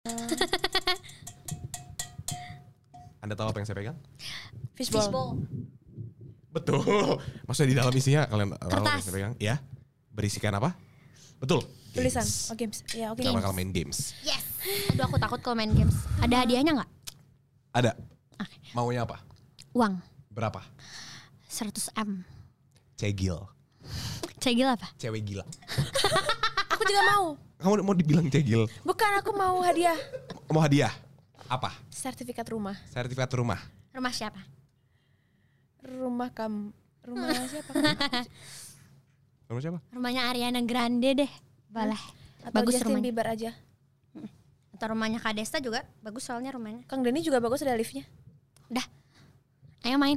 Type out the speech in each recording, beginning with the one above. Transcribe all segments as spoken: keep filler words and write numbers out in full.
Anda tahu apa yang saya pegang? Fishball. Fishball. Betul. Maksudnya di dalam isinya kalian tahu apa yang Kertas. saya pegang? Ya. Berisikan apa? Betul. Tulisan. Games. Oh games. Ya oke. Kita bakal main games. Yes. Aduh aku takut kalau main games. Ada hadiahnya nggak? Ada. Oke. Maunya apa? Uang. Berapa? seratus M. Cegil. Cegil apa? Cewek gila. Aku juga mau. Kamu mau dibilang cegil? Bukan, aku mau hadiah. Mau hadiah? Apa? Sertifikat rumah. Sertifikat rumah. Rumah siapa? Rumah kamu. Rumah siapa? Rumah siapa? Rumahnya Ariana Grande deh. Boleh. Atau Bagus Justin rumahnya. Bieber aja. Atau rumahnya Kak Desta juga bagus soalnya rumahnya. Kang Denny juga bagus, ada liftnya. Udah. Ayo main.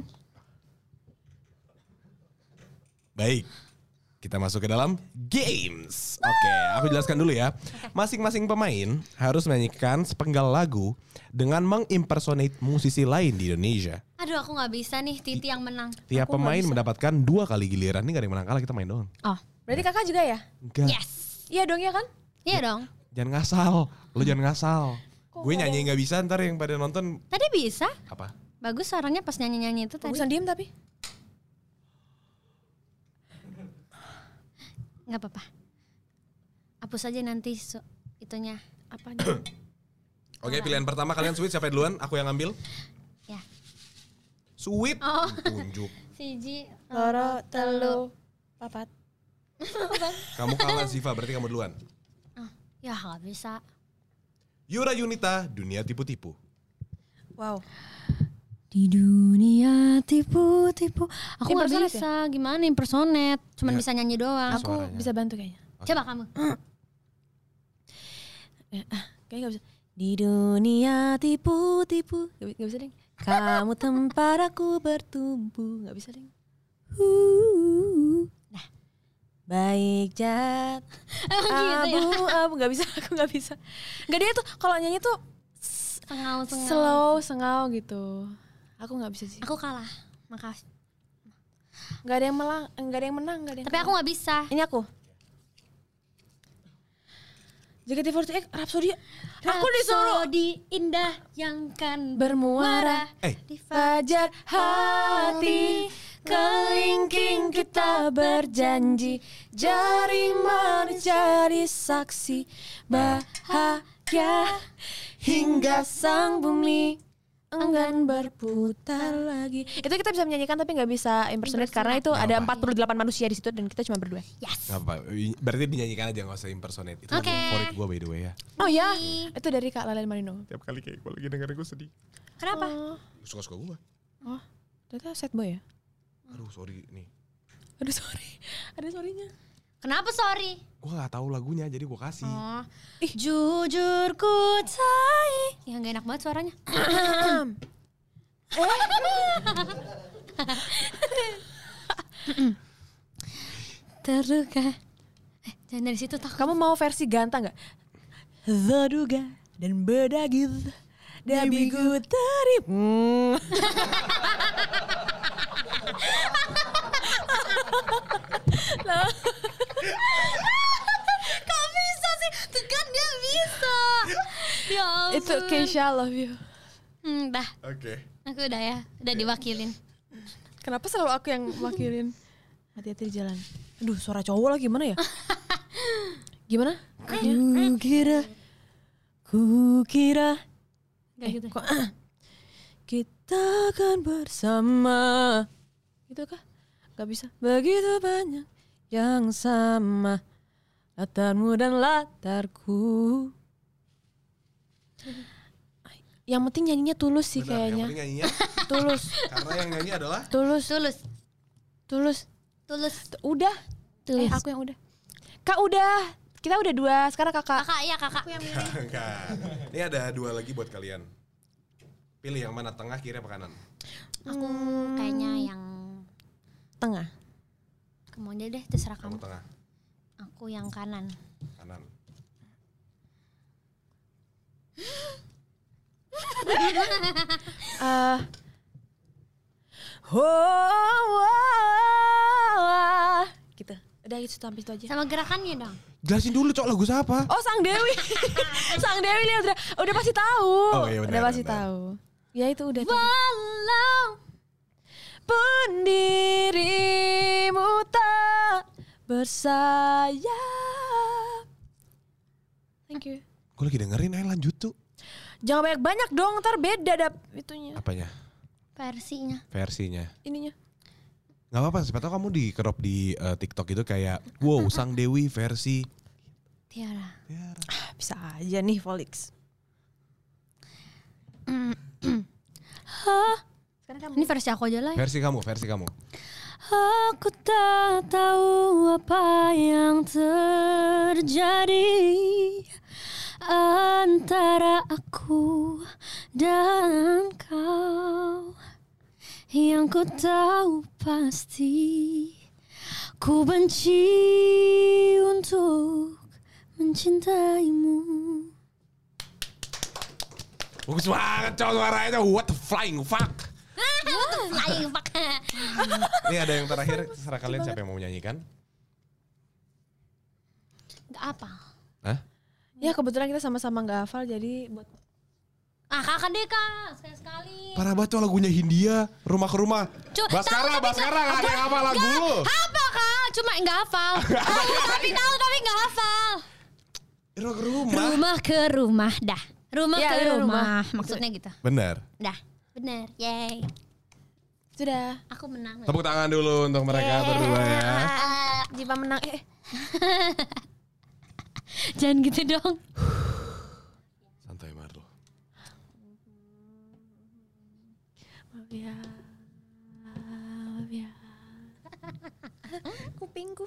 Baik. Kita masuk ke dalam games. Oke, aku jelaskan dulu ya. Masing-masing pemain harus menyanyikan sepenggal lagu dengan mengimpersonate musisi lain di Indonesia. Aduh aku gak bisa nih, Titi yang menang. Tiap Aku nggak pemain bisa. mendapatkan dua kali giliran. Ini gak ada yang menang kalah, kita main doang. Oh. Berarti kakak juga ya? Enggak. Yes. Iya dong ya kan? Iya dong. Jangan ngasal. Lo jangan ngasal. Kok Gue nggak nyanyi gak bisa, ntar yang pada nonton Tadi bisa. apa? Bagus suaranya pas nyanyi-nyanyi itu tadi. Bagusan diem tapi. Gak apa-apa. Hapus aja nanti su- itunya. Apanya? Oke, pilihan pertama kalian sweet siapa duluan? Aku yang ambil. Ya. Sweet. Oh. Tunjuk. Siji. Loro, telu, papat. Kamu kalah Ziva, berarti kamu duluan. Oh, ya gak bisa. Yura Yunita, Dunia Tipu-Tipu. Wow. Di dunia tipu-tipu. Aku gak Impersonate bisa. Gimana impersonate? Cuman Ya. bisa nyanyi doang. Aku- Aku Suaranya. bisa bantu kayaknya. Coba kamu. Eh, ah, kayaknya gak bisa. Di dunia tipu-tipu. Gak, bi- gak bisa deh. Kamu tempat aku bertumbuh. Gak bisa deh. Uh, Nah. Baik jahat. Emang gitu ya? Abu, abu gak bisa. Aku gak bisa. Gak, dia tuh kalau nyanyi tuh Sengau-sengau. slow, sengau gitu. Aku gak bisa sih. Aku kalah. Makasih. Gak ada yang menang. Gak ada yang menang. Gak ada yang Tapi aku gak bisa. Ini aku. J K T empat delapan Rhapsody. Aku disuruh di indah yang kan bermuara Eh, di fa- fajar hati kelingking kita berjanji jari manis jadi saksi bahagia hingga sang bumi enggan berputar lagi. Itu kita bisa menyanyikan tapi nggak bisa impersonate karena itu Nggak ada apa. empat puluh delapan manusia di situ dan kita cuma berdua. Yes. gak apa. Berarti dinyanyikan aja, gak usah impersonate. Itu lagu Oke. favorit gue by the way ya. Oh ya, itu dari Kak Lalen Marino. Tiap kali kayak gue lagi dengerin gue sedih. Kenapa? Oh, Suka-suka gue. oh ternyata sad boy ya. Aduh sorry nih. Aduh sorry, ada sorrynya. Kenapa sorry? Gue gak tahu lagunya jadi gue kasih. Oh. Jujur ku say. Ya gak enak banget suaranya. Terluka. Eh, jangan dari situ takut. Kamu mau versi ganta nggak? Zaduga dan bedagil dabigu terip. Hmm. Kok bisa sih? Tuh kan dia bisa. Ya ampun. Itu Keisha love you. Hmm, dah. Oke. Aku udah ya. Udah diwakilin. Kenapa selalu aku yang wakilin? Hati-hati di jalan. Aduh, suara cowok lah gimana ya? Gimana? Ku kira, ku kira, Gak gitu. kok ah, kita akan bersama. Gitu kah? Gak bisa. Begitu banyak yang sama latarmu dan latarku. Yang penting nyanyinya tulus sih Benar, kayaknya. yang penting nyanyinya. Tulus, Karena yang nyanyi adalah tulus, Tulus. tulus. Tulus. T- Udah. Tulus. Eh, aku yang udah. Kak udah. Kita udah dua. Sekarang kakak. Kakak, iya kakak. Aku yang milih. Enggak. Ini ada dua lagi buat kalian. Pilih yang mana, tengah, kiri, apa kanan? Aku kayaknya yang Tengah. kamu aja deh, terserah Kamu kamu. tengah, Aku yang kanan. kanan. Eh. Oh, oh, oh, gitu. Udah itu sampai itu aja. Sama gerakannya dong. Jelasin dulu cok lagu siapa? Oh Sang Dewi. Sang Dewi lihat udah, udah pasti tahu. Oh, iya, benar, udah pasti benar. tahu. Ya itu udah. Walau Pun dirimu tak bersayap. Thank you. Gue lagi dengerin, ayo lanjut tuh. Jangan banyak-banyak dong, ntar beda dap itunya. Apanya? versinya. Versinya. Ininya. Gak apa-apa, siapa tau kamu di crop di uh, TikTok itu kayak wow Sang Dewi versi Tiara. Tiara. Ah, bisa aja nih Volix. Hah? Ini versi aku aja lah ya. Versi kamu, versi kamu. Aku tak tahu apa yang terjadi antara aku dan kau. Yang ku tahu pasti ku benci untuk mencintaimu. Bagus banget cowok suaranya, what the flying fuck. Flying fuck. Ini ada yang terakhir, terserah kalian siapa yang mau menyanyikan. Gak apa. Hah? Ya kebetulan kita sama-sama gak hafal jadi buat. Ah kakak deh kak, sekali-sekali. Parah banget tuh lagunya Hindia, rumah ke rumah. Cu- Baskara, tahu tapi Baskara nggak- gak ada yang hafal lagu lu. Apa kak? Cuma nggak hafal. Tahu tapi tahu tapi nggak hafal. Rumah ke rumah. Rumah ke rumah dah. Rumah Ya, ke iya, rumah. rumah. Maksudnya gitu. Benar. Dah. Bener. Yay. Sudah. Aku menang. Tepuk tangan dulu untuk mereka berdua ya. Jipa menang. Eh. Jangan gitu dong. Santai Marlo. Maaf ya. Maaf ya. Kupingku.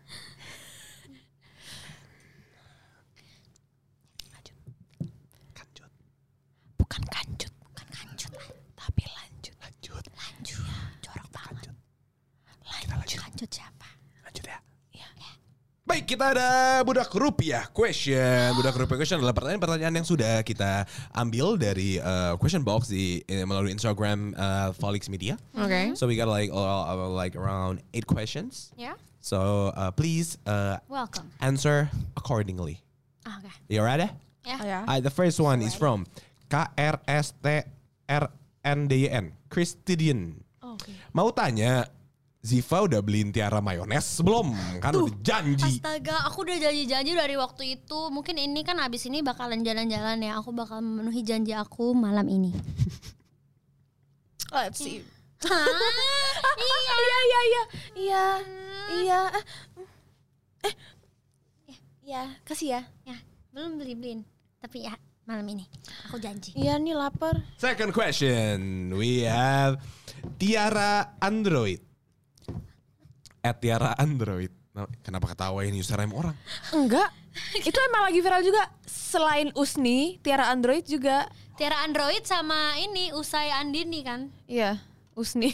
Kancut. Bukan kancut. Bukan kancut. Tapi lanjut. Lanjut. Lanjut. Jorok banget. Kita lanjut. Lanjut siapa? Lanjut ya. Ya. Baik, kita ada budak rupiah question. Budak rupiah question adalah pertanyaan-pertanyaan yang sudah kita ambil dari uh, question box di eh, melalui Instagram uh, Volix Media. Oke. So we got like all, uh, like around eight questions. Ya. So uh, please uh, Welcome. answer accordingly. Ah, Oke. You ready? Ya. Oh ya. Uh, the first one is from K R S T R N D Y N, Christidian. Oh, Oke. Mau tanya, Ziva udah beliin Tiara mayones belum? Kan udah janji. Astaga, aku udah janji-janji dari waktu itu. Mungkin ini kan abis ini bakalan jalan-jalan ya. Aku bakal memenuhi janji aku malam ini. Let's see. Hah? Iya iya iya iya iya iya eh iya kasih ya. Ya, belum beli-beliin. Tapi ya, malam ini. Aku janji. Iya nih lapar. Second question, we have Tiara Android. At Tiara Android. Nah, kenapa ketawain username orang? Enggak. Itu emang lagi viral juga. Selain Usni, Tiara Android juga. Tiara Android sama ini Usai Andini kan? Iya, Usni.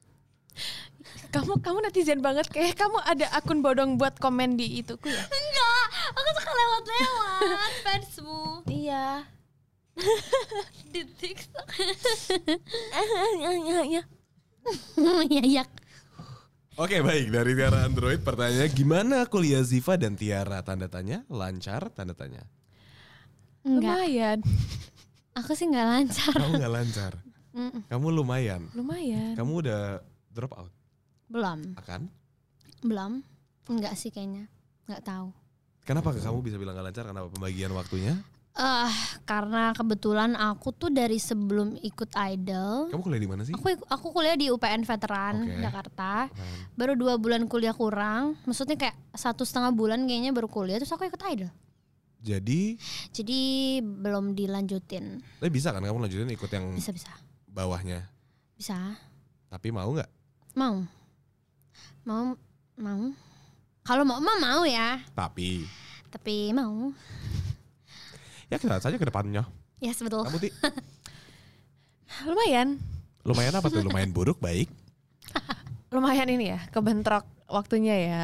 Kamu kamu netizen banget, kayak kamu ada akun bodong buat komen di ituku ya. Enggak, aku suka lewat-lewat fansmu Iya. di TikTok. Ya ya ya. Ya ya. Oke baik, dari Tiara Android pertanyaannya gimana kuliah Ziva dan Tiara? Tanda tanya, lancar, tanda tanya. Enggak, Lumayan. aku sih nggak lancar. Kamu gak lancar, Mm-mm. kamu lumayan. Lumayan. Kamu udah drop out, Belum, akan? belum. Enggak sih kayaknya, nggak tahu. Kenapa kamu bisa bilang gak lancar? Kenapa pembagian waktunya? Eh, karena kebetulan aku tuh dari sebelum ikut Idol, Kamu kuliah di mana sih? aku aku kuliah di U P N Veteran Oke. Jakarta. Keren. Baru dua bulan kuliah kurang, maksudnya kayak satu setengah bulan kayaknya baru kuliah, terus aku ikut Idol. Jadi, Jadi belum dilanjutin. tapi bisa kan kamu lanjutin ikut yang Bisa bisa, bawahnya? bisa. Tapi mau nggak? Mau, mau, mau. Kalau mau mah mau ya, Tapi, tapi mau. ya kita lihat saja ke depannya. Ya betul. Kamu Ti, Lumayan. lumayan apa tuh? Lumayan buruk, baik? Lumayan ini ya, kebentrok waktunya ya.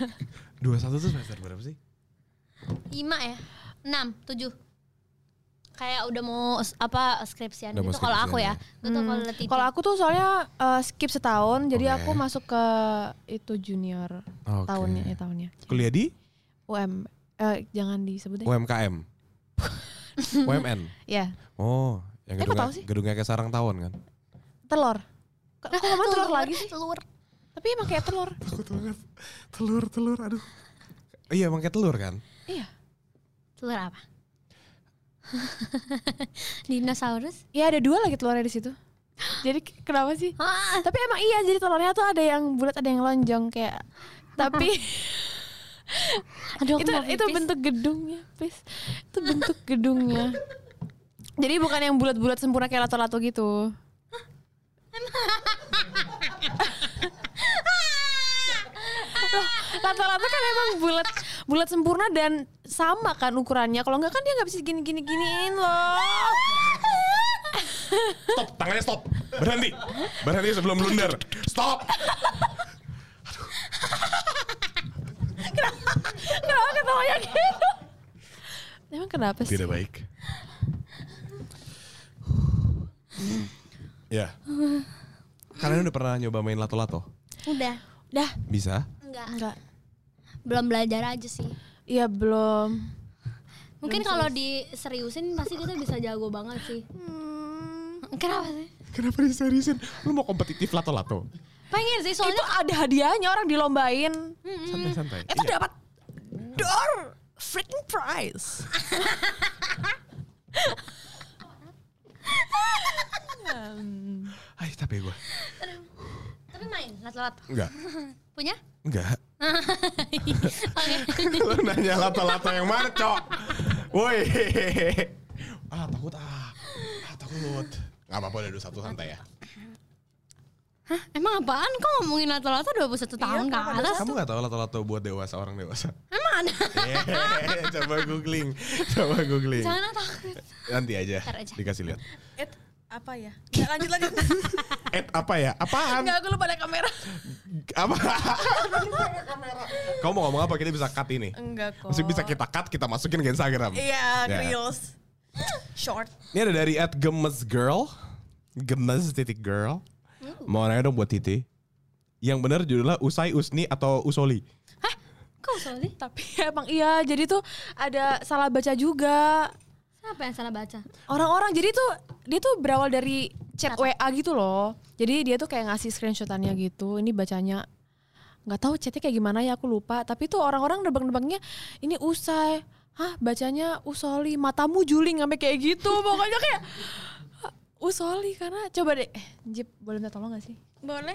dua puluh satu tuh semester berapa sih? Lima ya, enam, tujuh. kayak udah mau s- apa skripsian Udah mau gitu kalau aku ya. skripsian Gitu kalau Letitia. Kalau aku tuh soalnya uh, skip setahun, jadi Oke. aku masuk ke itu junior Oke. tahunnya, ya tahunnya. Kuliah di U M, eh, jangan disebut deh. U M K M. U M N. Ya, Oh, yang Eh, kok gedungnya, tahu sih? gedungnya kayak sarang tawon kan? telur. Kok kok ngomong telur lagi sih? Telur. Tapi emang kayak telur. Takut banget. Telur, telur, aduh. Iya, emang kayak telur kan? Iya. Telur apa? Dinosaurus? Iya ada dua lagi telurnya di situ. Jadi k- kenapa sih? Ah, Tapi emang iya, jadi telurnya tuh ada yang bulat, ada yang lonjong kayak. Tapi aduh, aku itu mau itu pipis. bentuk gedungnya, please. Itu bentuk gedungnya. Jadi bukan yang bulat-bulat sempurna kayak lato-lato gitu. Loh, lato-lato kan emang bulat bulat sempurna dan sama kan ukurannya. Kalau enggak kan dia nggak bisa gini-gini giniin loh. Stop, tangannya stop. Berhenti. Berhenti sebelum blunder. Stop. Kenapa ketawanya gitu? Emang kenapa sih? Tidak baik. Ya. Kalian udah pernah nyoba main lato-lato? Udah. Dah, Bisa? Enggak. enggak. Belum belajar aja sih. Iya belum. Mungkin kalau diseriusin pasti kita bisa jago banget sih. Kenapa sih? Kenapa diseriusin? Lu mau kompetitif lato-lato? Pengen sih Itu soalnya ada hadiahnya, orang dilombain. Santai-santai. Itu Iya. dapat door freaking prize. Ay, tapi gue. tapi main lato-lato. Enggak. Punya? Enggak. Oke. Lu nanya lato-lato yang mana, Cok? Woi. Ah, takut ah. Ah, takut. Gak apa-apa, udah satu santai ya. Hah, emang apaan? Kok ngomongin lato-lato dua puluh satu tahun ke atas? Kamu gak tahu lato-lato buat dewasa, orang dewasa? Emang ada? Eh, coba googling. Coba googling. Jangan takut. Nanti aja, Ntar aja. dikasih lihat. Et apa ya? Nggak, lanjut lanjut. Eh, apa ya? Apaan? Enggak, aku lupa ada kamera. Apa? Kamu mau ngomong apa? Kita bisa cut ini. Enggak kok. Masih bisa kita cut, kita masukin ke Instagram. Iya, Ya. reels. Short. Ini ada dari at gemes girl, gemes titik girl. Mau nanya dong buat Titi. Yang benar judulnya Usai Usni atau Usoli? Kok sorry? Tapi emang iya, jadi tuh ada salah baca juga. Siapa yang salah baca? Orang-orang jadi tuh dia tuh berawal dari chat W A gitu loh. Jadi dia tuh kayak ngasih screenshotannya gitu. Ini bacanya nggak tahu chatnya kayak gimana ya, aku lupa. Tapi tuh orang-orang nebak-nebaknya ini usai. Hah, bacanya usoli, matamu juling sampai kayak gitu. Pokoknya kayak "Hah, usoli karena coba deh. Eh, Jip, boleh minta tolong gak sih? Boleh.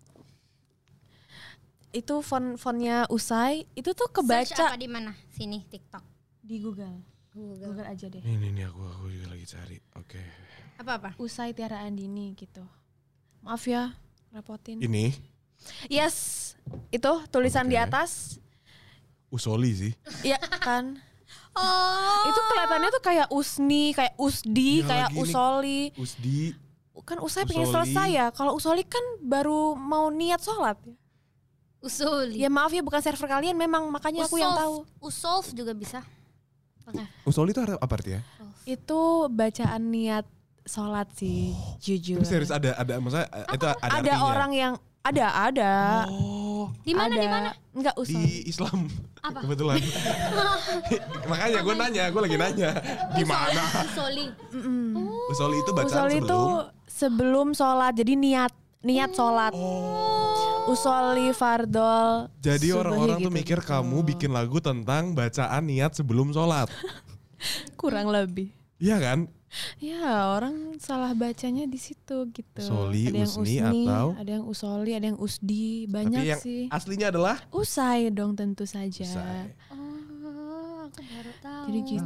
Itu font-fontnya usai, itu tuh Search kebaca apa di mana? Sini TikTok. di Google. Google. Google aja deh. Ini nih aku aku juga lagi cari. Oke. Apa-apa? Usai Tiara Andini gitu. Maaf ya, repotin. Ini Yes, itu tulisan di Oke. atas. Usoli sih. Iya kan. Oh. Itu kelihatannya tuh kayak usni, kayak usdi, Ya, kayak lagi nih. usoli. Usdi. Kan usai pengen Usoli. selesai ya. Kalau usoli kan baru mau niat sholat. Usuli. Ya maaf ya, bukan server kalian memang, makanya aku yang tahu. Usolve juga bisa. Oke. Usoli itu apa artinya? Itu bacaan niat sholat sih, jujur. Tapi serius ada ada maksudnya eh, itu ada, ada artinya. orang yang ada ada. Oh, Di mana ada. di mana? Enggak di usoli. Islam. Apa? Kebetulan. Makanya gue nanya, gue lagi nanya di mana. Usoli. Usoli itu bacaan Usoli sebelum. itu sebelum sholat, jadi niat niat sholat. Usoli fardol. Jadi subuhi orang-orang tuh gitu. mikir kamu bikin lagu tentang bacaan niat sebelum sholat. Kurang lebih. Iya kan? Ya orang salah bacanya di situ gitu. Soli, ada yang usni, usni, atau- ada yang usoli, ada yang usdi, banyak Tapi yang sih. aslinya adalah Usai dong tentu saja. Usai. Oh, aku baru tahu. Jadi gitu.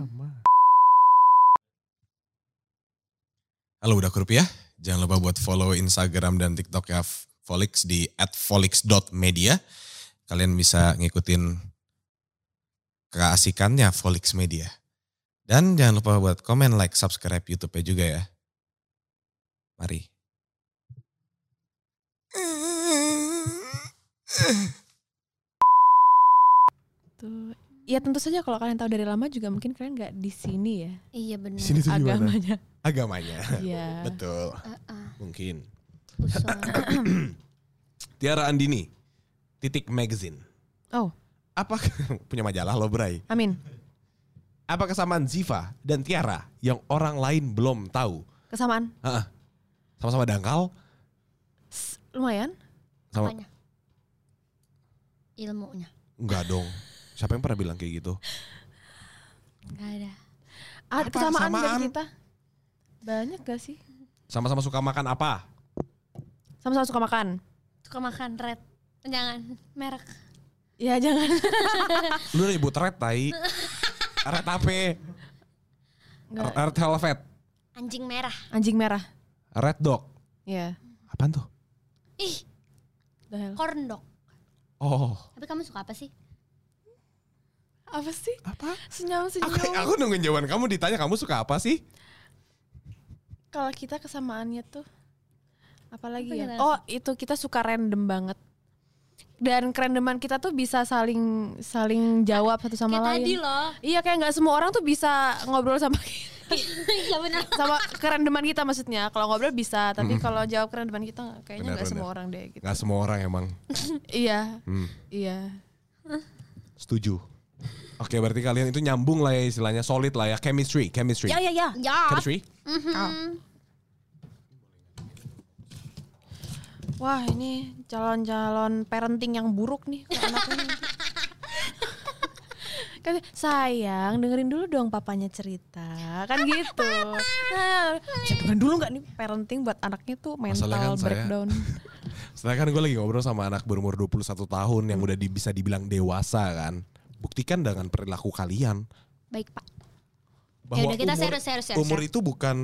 Halo Budak Rupiah, jangan lupa buat follow Instagram dan TikToknya Volix di at volix dot media. Kalian bisa ngikutin keasikannya Volix Media. Dan jangan lupa buat komen, like, subscribe YouTube-nya juga ya. Mari. Tuh. Ya tentu saja kalau kalian tahu dari lama juga mungkin kalian nggak di sini ya. Iya benar. Di sini tuh gimana? Agamanya. Agamanya. Iya. Betul. Uh-uh. Mungkin. Usul. Tiara Andini, Titik Magazine. Oh, Apa punya majalah lo, Bray? amin. Apa kesamaan Ziva dan Tiara yang orang lain belum tahu? Kesamaan. Heeh. Sama-sama dangkal? S- lumayan. Sama Apanya? Ilmunya. enggak dong. Siapa yang pernah bilang kayak gitu? Gak ada. Ada Apa kesamaan kesamaan? dari kita. Banyak gak sih? Sama-sama suka makan apa? Sama-sama suka makan. Suka makan red. Jangan merek. Ya jangan. Lu ribut red tai. Red ape? Enggak. Red velvet. Anjing merah. Anjing merah. Red dog. Iya. Apaan tuh? Ih, The hell. corn dog. Oh. Tapi kamu suka apa sih? Apa sih? Apa? Senyum-senyum. Aku, aku nungguin jawaban kamu, ditanya kamu suka apa sih? Kalau kita kesamaannya tuh apalagi Apa ya? kita? Oh, itu kita suka random banget. Dan kerandoman kita tuh bisa saling saling jawab satu sama Kayak lain. tadi loh. Iya, kayak nggak semua orang tuh bisa ngobrol sama Iya benar. sama kerandoman kita maksudnya. Kalau ngobrol bisa, tapi kalau jawab kerandoman kita nggak- kayaknya Benar, nggak semua benar. orang deh gitu. Gak semua orang emang. Iya, Hmm, iya. setuju. Oke, berarti kalian itu nyambung lah ya istilahnya, solid lah ya, chemistry, chemistry. Ya, ya, ya. Ya. Chemistry? Mhm. Wah, ini calon-calon parenting yang buruk nih ke anaknya. Kan sayang dengerin dulu dong papanya cerita kan gitu. Nah, bisa dengerin dulu nggak nih parenting buat anaknya tuh mental Masalahnya kan saya- breakdown. Setelah kan gue lagi ngobrol sama anak berumur dua puluh satu tahun yang udah di, bisa dibilang dewasa kan. Buktikan dengan perilaku kalian Baik pak. bahwa Yaudah, kita umur, serius, serius, serius, umur serius. itu bukan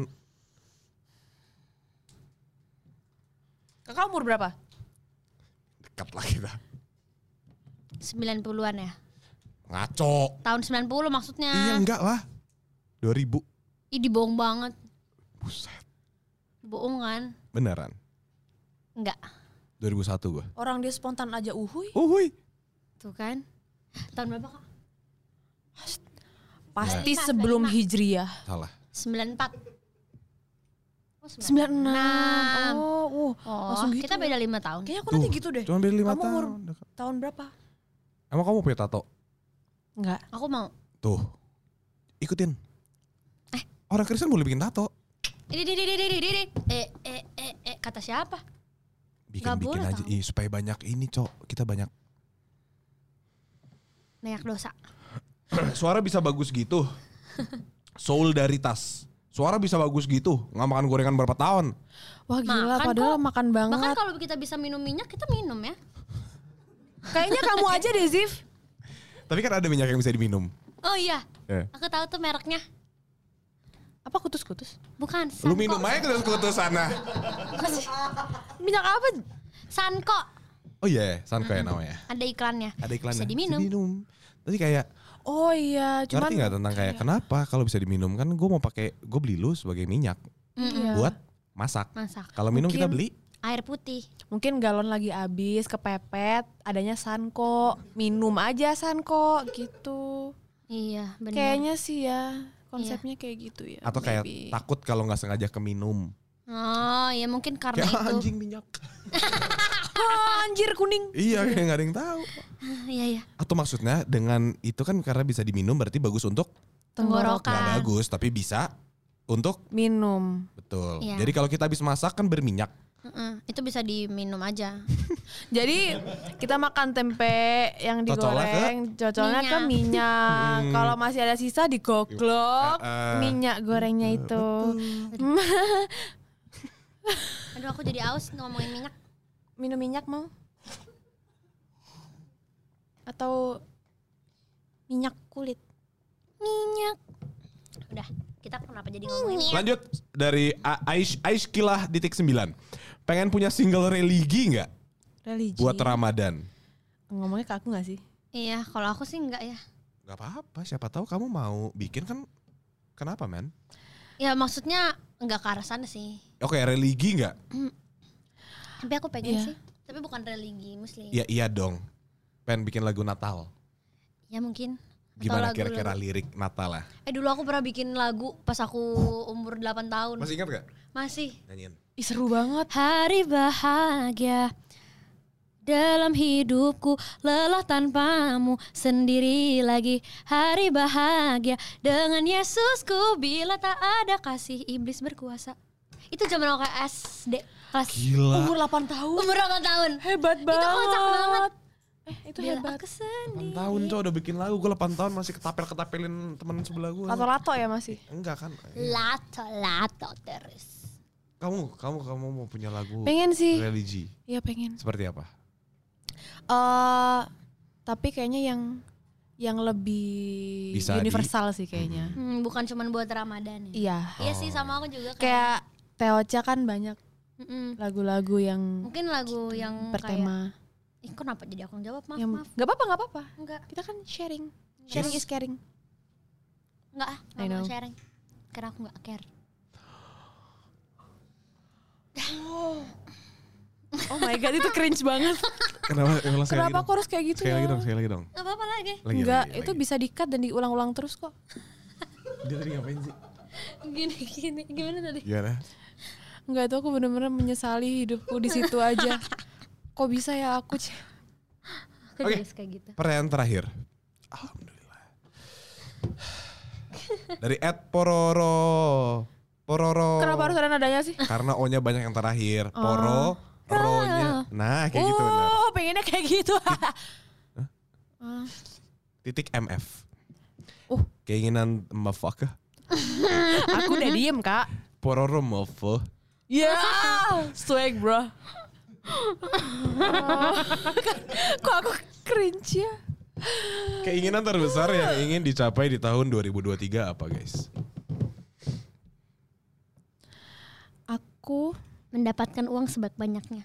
Kakak umur berapa? dekat lah kita. sembilan puluhan ya. Ngaco. Tahun sembilan puluh maksudnya. Iya enggak lah. dua ribu. Ih dibohong banget. Buset. Bohong kan? Beneran. Enggak. dua ribu satu gue. Orang dia spontan aja uhuy. Uhuy. Tuh kan. Tahun berapa kak? Pasti Lima, sebelum lima. hijriyah. Salah. sembilan puluh empat. Oh, sembilan puluh enam. Oh, uh, Oh, langsung gitu. kita beda lima tahun. Kayaknya aku nanti gitu deh. Cuma beda lima Kamu umur tahun. tahun berapa? Emang kamu punya tato? Enggak. Aku mau. Tuh. Ikutin. Eh. Orang Kristen boleh bikin tato. Ini di di di di di di. Eh eh eh eh kata siapa? Nggak Bikin-bikin boleh aja. tahu. Ih, supaya banyak ini, Cok. Kita banyak. Banyak dosa. Suara bisa bagus gitu. Solidaritas. Suara bisa bagus gitu. Nggak makan gorengan berapa tahun. Wah gila, Makan padahal kok. makan Bahkan banget. kalau kita bisa minum minyak, kita minum ya. Kayaknya kamu aja deh, Zif. Tapi kan ada minyak yang bisa diminum. Oh iya. Eh. Aku tahu tuh mereknya. Apa kutus-kutus? Bukan. Lu Sanko. minum aja kutus-kutus sana. Minyak apa? Sanko. Oh iya, yeah. Sanko ya namanya. Ada iklannya. Ada iklannya. Bisa diminum. Tadi kayak Oh iya, cuman ngerti nggak tentang kayak kenapa kalau bisa diminum kan gue mau pakai gue beli lu sebagai minyak Iya. buat masak. Masak. Kalau minum kita Mungkin- beli Air putih. mungkin galon lagi habis, kepepet, adanya Sanko, minum aja Sanko gitu. Iya, benar. Kayaknya sih ya, konsepnya kayak gitu ya. atau kayak maybe. takut kalau nggak sengaja keminum. Oh, ya mungkin karena Kayak itu. anjing minyak. Ah, anjir kuning. Iya kayak nggak ada yang tahu. Ah, Iya, iya. Atau maksudnya dengan itu kan karena bisa diminum berarti bagus untuk Tenggorokan. nggak bagus tapi bisa untuk Minum. betul. Iya. Jadi kalau kita habis masak kan berminyak. Heeh, itu bisa diminum aja. Jadi kita makan tempe yang Cocolnya digoreng, cocolnya ke minyak. Hmm. Kalau masih ada sisa digoglok Eh, eh. minyak gorengnya itu. Aduh, aku jadi aus ngomongin minyak. Minum minyak mau? Atau minyak kulit? Minyak. Udah, kita kenapa jadi ngomongin minyak? Lanjut dari A- Aish Aishkilah titik sembilan. Pengen punya single religi nggak Religi. buat Ramadan? Ngomongnya ke aku gak sih? Iya, kalau aku sih enggak ya. Gak apa-apa, siapa tahu kamu mau bikin kan. Kenapa men? Ya maksudnya enggak ke arah sana sih. Oke, religi nggak? Tapi aku pengen Iya. sih. Tapi bukan religi muslim. Ya iya dong. Pengen bikin lagu Natal. Ya mungkin. Gimana lagu-lagu. kira-kira lirik Natal lah? Eh dulu aku pernah bikin lagu pas aku umur delapan tahun. Masih ingat gak? Masih. Nyanyiin. Ih seru banget. Hari bahagia dalam hidupku, lelah tanpamu, sendiri lagi. Hari bahagia dengan Yesusku, bila tak ada kasih iblis berkuasa. Itu zaman aku S D kelas Gila. Umur delapan tahun. umur delapan tahun. Hebat banget. Itu kocak banget. Eh itu Bila hebat. aku sendiri. delapan tahun coy udah bikin lagu. Gue delapan tahun masih ketapel-ketapelin temen sebelah gue. Lato-lato ya masih. Enggak kan? Lato lato terus. Kamu, kamu, kamu mau punya lagu Pengen sih. religi? Iya pengen. Seperti apa? Eh tapi kayaknya yang yang lebih Bisa di- universal sih kayaknya. Hmm, bukan cuman buat Ramadan ya. Iya. Iya sih sama aku juga kayak, Kayak Teocha kan banyak Mm-mm. lagu-lagu yang mungkin lagu yang kayak bertema. Ih, kenapa jadi aku yang jawab? Maaf, yang maaf. nggak apa-apa nggak apa-apa. Enggak. Kita kan sharing. Sharing is caring. Enggak ah, I enggak mau know. sharing. Karena aku enggak care. Oh my god itu cringe banget. Kenapa? Ulang sekali Kenapa lagi aku harus kayak gitu dong. Sekali ya? lagi dong, sekali lagi dong. Enggak apa-apa lagi. Lagi, Enggak, lagi, itu lagi. bisa di-cut dan diulang-ulang terus kok. Dia tadi ngapain sih? Gini gini gimana tadi? Gimana? Enggak, itu aku bener-bener menyesali hidupku di situ aja. Kok bisa ya aku? C- Aku Oke. juga suka gitu. Pertanyaan terakhir. Alhamdulillah. Dari Ed Pororo. Pororo. Kenapa harus ada nadanya sih? Karena O-nya banyak yang terakhir. Poro, Oh. ro-nya. Nah, kayak gitu benar. Oh, pengennya kayak gitu. Titik M F. Uh. Keinginan motherfucker. Aku udah diem kak. Pororo motherfucker. Ya, swag bro. Kok aku cringe ya? Keinginan terbesar yang ingin dicapai di tahun dua ribu dua puluh tiga apa guys? Aku Mendapatkan uang sebanyak-banyaknya.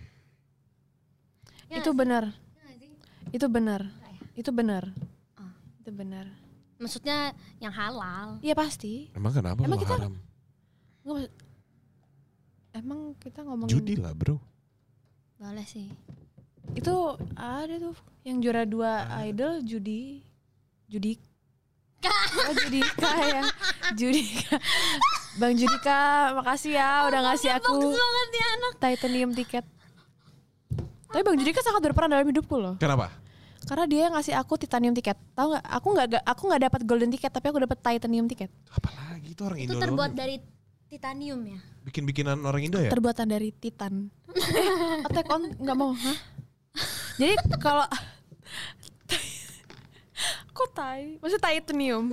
Ya itu nggak sih? benar. Ya nggak sih? Itu benar. Enggak ya? Itu benar. Oh. Itu benar. Maksudnya yang halal. Iya pasti. Emang kenapa Emang lo kita- haram? Nggak mas- Emang kita ngomongin Judi lah bro. Boleh sih. itu ada tuh yang juara dua idol judi judi oh, Judika ya Judika Bang Judika makasih ya udah ngasih aku banget ya anak. titanium tiket. Tapi Bang Judika sangat berperan dalam hidupku loh. Kenapa? Karena dia ngasih aku titanium tiket. Tahu nggak? Aku nggak aku nggak dapat golden tiket tapi aku dapat titanium tiket. Apalagi itu orang Itu Indo terbuat doang. dari titanium ya. Bikin-bikinan orang Indo ya? Terbuatan dari titan. eh, Attack on nggak mau, hah? Jadi kalau kok tai? Maksudnya titanium.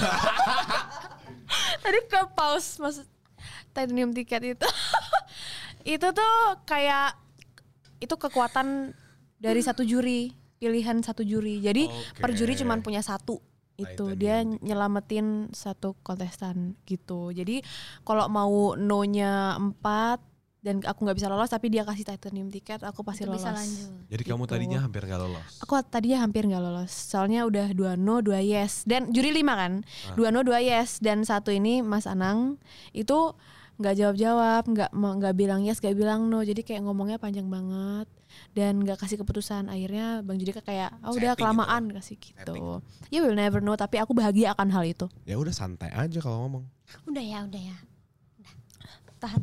Tadi ke pause maksud titanium tiket itu. Itu tuh kayak itu kekuatan dari satu juri, pilihan satu juri. Jadi Oke. per juri cuma punya satu. Itu Titanium dia tiket. nyelamatin satu kontestan gitu. Jadi kalau mau no-nya empat dan aku nggak bisa lolos tapi dia kasih titanium tiket, aku pasti Itu lolos. bisa lanjut. Jadi kamu Gitu. tadinya hampir gak lolos. Aku tadinya hampir nggak lolos. Soalnya udah dua no, dua yes. Dan juri lima kan. Ah. Dua no, dua yes. Dan satu ini Mas Anang itu nggak jawab-jawab, nggak mau nggak bilang yes, nggak bilang no. Jadi kayak ngomongnya panjang banget dan nggak kasih keputusan. Akhirnya Bang Judika kayak, oh udah Setting kelamaan kasih gitu. Ya will never know. Tapi aku bahagia akan hal itu. Ya udah santai aja kalau ngomong. Udah ya, udah ya. Udah. Tahan.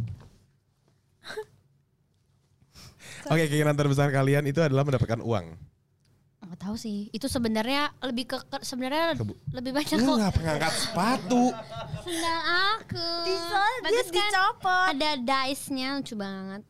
Oke, keinginan terbesar kalian itu adalah mendapatkan uang. Nggak tahu sih. Itu sebenarnya lebih ke, ke sebenarnya Kebu- lebih banyak Lu kok. ngapa ngangkat sepatu? Sendal aku. Bagus kan? Ada dice-nya lucu banget.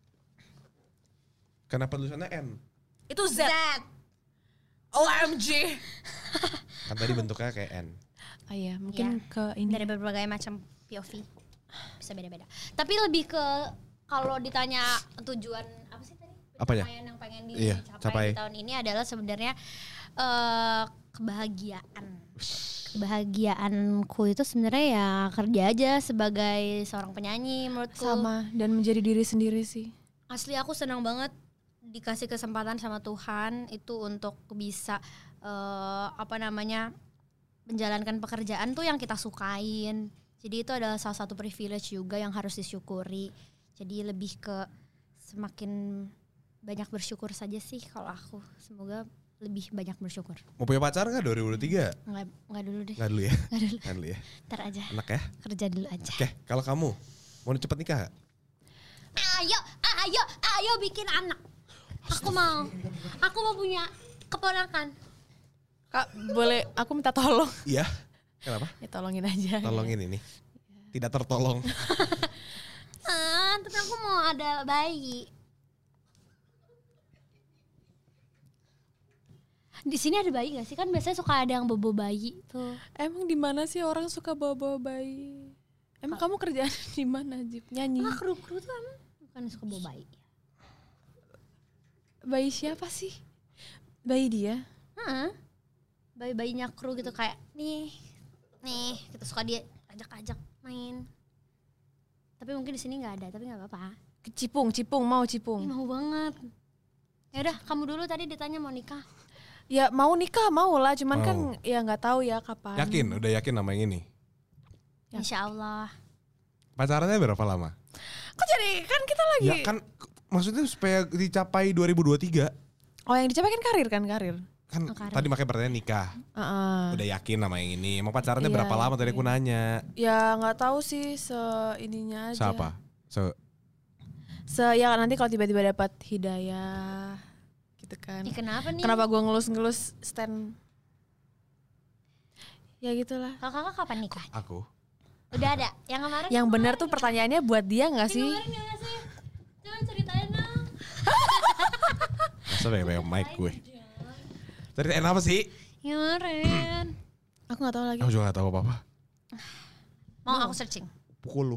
Kenapa tulisannya N? Itu Z. O M G. Kan tadi bentuknya kayak N. Ah iya, mungkin Ya. ke ini. Dari berbagai macam P O V. Bisa beda-beda. Tapi lebih ke kalau ditanya tujuan apa sih tadi? Apanya? Pencapaian yang pengen Iya, dicapai capai. di tahun ini adalah sebenarnya eh, kebahagiaan. Kebahagiaanku itu sebenarnya ya kerja aja sebagai seorang penyanyi menurutku. Sama dan menjadi diri sendiri sih. Asli aku senang banget dikasih kesempatan sama Tuhan itu untuk bisa eh, apa namanya menjalankan pekerjaan tuh yang kita sukain. Jadi itu adalah salah satu privilege juga yang harus disyukuri. Jadi lebih ke semakin banyak bersyukur saja sih kalau aku. Semoga lebih banyak bersyukur. Mau punya pacar gak dua ribu dua puluh tiga? Enggak, enggak dulu deh. Gak dulu ya? Enggak dulu. Gak dulu ya? Ntar aja. Enak ya? Kerja dulu aja. Oke, kalau kamu mau cepet nikah gak? Ayo, ayo, ayo bikin anak. Aku mau. Aku mau punya keponakan. Kak, boleh aku minta tolong? Iya. Kenapa? Ya tolongin aja. Tolongin ini. Tidak tertolong. Ah, tapi aku mau ada bayi. Di sini ada bayi gak sih? Kan biasanya suka ada yang bobo bayi tuh. Emang di mana sih orang suka bawa-bawa bayi? Emang kamu kerjaan di mana, Jip? Nyanyi. Nah, kru-kru tuh emang bukan suka bawa bayi. Bayi siapa sih? Bayi dia? Heeh. Bayi-bayinya kru gitu kayak nih, nih, kita suka dia ajak-ajak main. Tapi mungkin di sini nggak ada, tapi nggak apa-apa. Cipung, Cipung, mau Ih, Cipung. mau banget. Ya udah, kamu dulu tadi ditanya mau nikah. Ya mau nikah mau lah, cuman Mau. kan ya nggak tahu ya kapan. Yakin? Udah yakin sama yang ini? Ya. Insya Allah. Pacarannya berapa lama? Kok jadi kan kita lagi. Ya kan maksudnya supaya dicapai dua ribu dua puluh tiga. Oh yang dicapai kan karir kan karir. Kan Oh, karir. tadi makanya pertanyaan nikah. Uh-uh. Udah yakin sama yang ini. Emang pacarannya Iya, berapa lama tadi aku yakin. nanya? Ya nggak tahu sih se ininya aja. Siapa? Se Se ya nanti kalau tiba-tiba dapat hidayah gitu kan. Ih, kenapa nih? Kenapa gua ngelus-ngelus stand? Ya gitulah. Kalau kakak kapan nikah? aku. Udah ada? Yang kemarin? Yang benar tuh pertanyaannya buat dia nggak sih? Yang kemarin nggak sih? Coba ceritain dong. Masa banyak mic gue. Ceritain apa sih? Yang kemarin. Aku nggak tahu lagi. Aku juga gak tahu apa-apa. Mau aku searching? Pukul lu.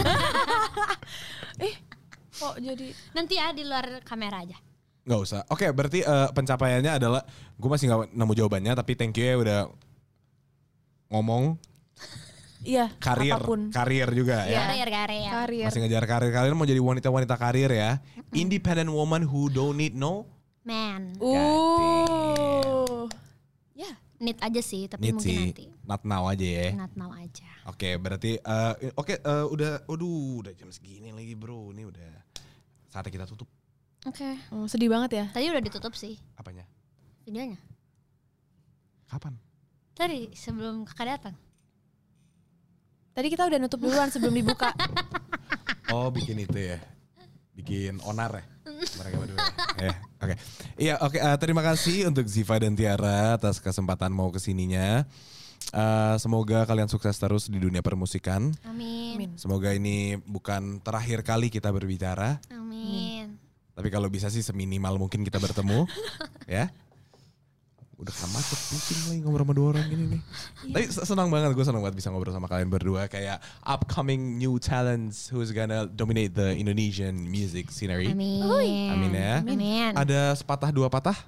Eh, kok jadi? Nanti ya di luar kamera aja. Gak usah. Oke, berarti eh, pencapaiannya adalah gue masih gak nemu jawabannya, tapi thank you ya udah ngomong Iya. karir, Apapun. karir juga ya. Karir, karir. Karir. Masih ngejar karir, kalian mau jadi wanita-wanita karir ya. Independent woman who don't need no Man. Uh. Ya. Need aja sih, tapi need mungkin sih. nanti. Not now aja ya. Not now aja. Oke, berarti eh, oke eh, udah waduh udah jam segini lagi, Bro. Ini udah saatnya kita tutup. Oke. Oh, sedih banget ya. Tadi udah ditutup sih Apanya? videonya. Kapan? Tadi sebelum kakak datang. Tadi kita udah nutup duluan sebelum dibuka. Oh, bikin itu ya. Bikin onar ya. Mereka berdua. Ya, oke. Iya, oke. eh, terima kasih untuk Ziva dan Tiara atas kesempatan mau kesininya. Eh, semoga kalian sukses terus di dunia permusikan. Amin. Amin. Semoga ini bukan terakhir kali kita berbicara. Amin. Tapi kalau bisa sih seminimal mungkin kita bertemu. Ya. Udah kan macet, pusing lagi ngobrol sama dua orang gini nih. Tapi senang banget, gue senang banget bisa ngobrol sama kalian berdua. Kayak upcoming new talents who's gonna dominate the Indonesian music scenery. Amin. Amin ya. Amin. Ada sepatah dua patah?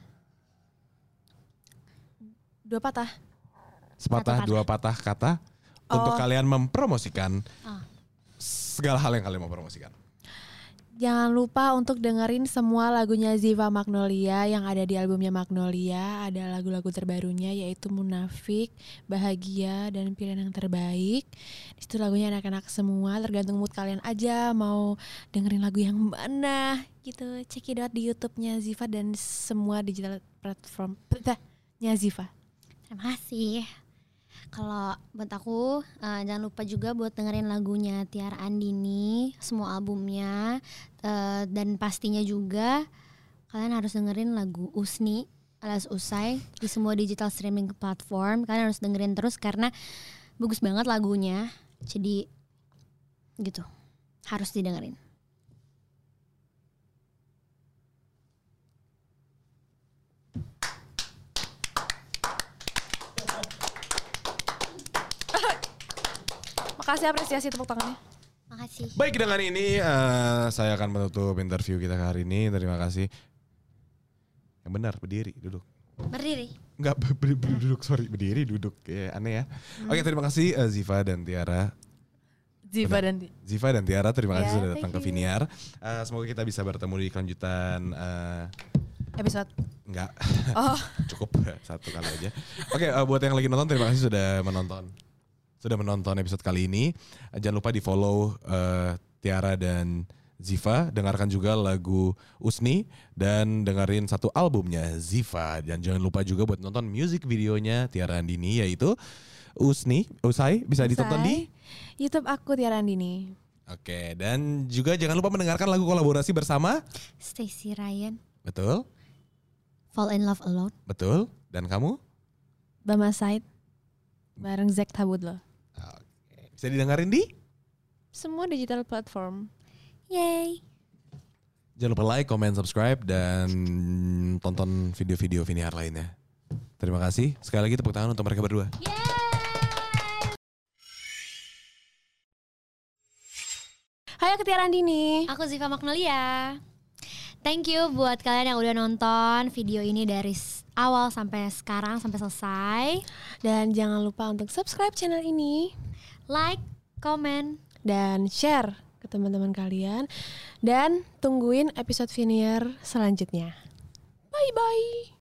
Dua patah. Sepatah Satu patah. dua patah kata untuk Oh. kalian mempromosikan Oh. segala hal yang kalian mau promosikan. Jangan lupa untuk dengerin semua lagunya Ziva Magnolia yang ada di albumnya Magnolia. Ada lagu-lagu terbarunya yaitu Munafik, Bahagia, dan Pilihan Yang Terbaik. Di situ lagunya enak-enak semua, tergantung mood kalian aja mau dengerin lagu yang mana gitu. Check it out di YouTube-nya Ziva dan semua digital platform-nya Ziva. Terima kasih. Kalau buat aku uh, jangan lupa juga buat dengerin lagunya Tiara Andini, semua albumnya, uh, dan pastinya juga kalian harus dengerin lagu Usni alias Usai di semua digital streaming platform. Kalian harus dengerin terus karena bagus banget lagunya. Jadi gitu, harus didengerin. Makasih, apresiasi tepuk tangannya. Makasih. Baik, dengan ini eh, saya akan menutup interview kita hari ini. Terima kasih. Yang benar, berdiri, duduk. Berdiri. Enggak, ber- ber- ber- duduk, sorry, berdiri, duduk. Ya, aneh ya. Oke, terima kasih eh, Ziva dan Tiara. Ziva Udah. dan Ziva dan Tiara, terima kasih Ya, sudah datang thank ke you. Viniar. Eh, semoga kita bisa bertemu di kelanjutan. eh, episode. enggak, Oh, cukup satu kali aja. Oke, eh, buat yang lagi nonton, terima kasih sudah menonton. Sudah menonton episode kali ini. Eh, jangan lupa di follow eh, Tiara dan Ziva, dengarkan juga lagu Usni dan dengerin satu albumnya Ziva. Dan jangan lupa juga buat nonton music videonya Tiara Andini yaitu Usni, Usai bisa Usai. ditonton di YouTube aku Tiara Andini. Oke, dan juga jangan lupa mendengarkan lagu kolaborasi bersama Stacy Ryan, betul, Fall in Love Alone. betul, dan kamu Bama Said bareng Zack Tabud loh. Oke. Bisa didengarin di Semua digital platform. Yay. jangan lupa like, comment, subscribe dan tonton video-video Viniar lainnya. Terima kasih. Sekali lagi tepuk tangan untuk mereka berdua. Hai aku Tiara Andini. Aku Ziva Magnolia. Thank you buat kalian yang udah nonton video ini dari s- awal sampai sekarang, sampai selesai. Dan jangan lupa untuk subscribe channel ini. Like, comment. Dan share ke teman-teman kalian. Dan tungguin episode Viniar selanjutnya. Bye-bye.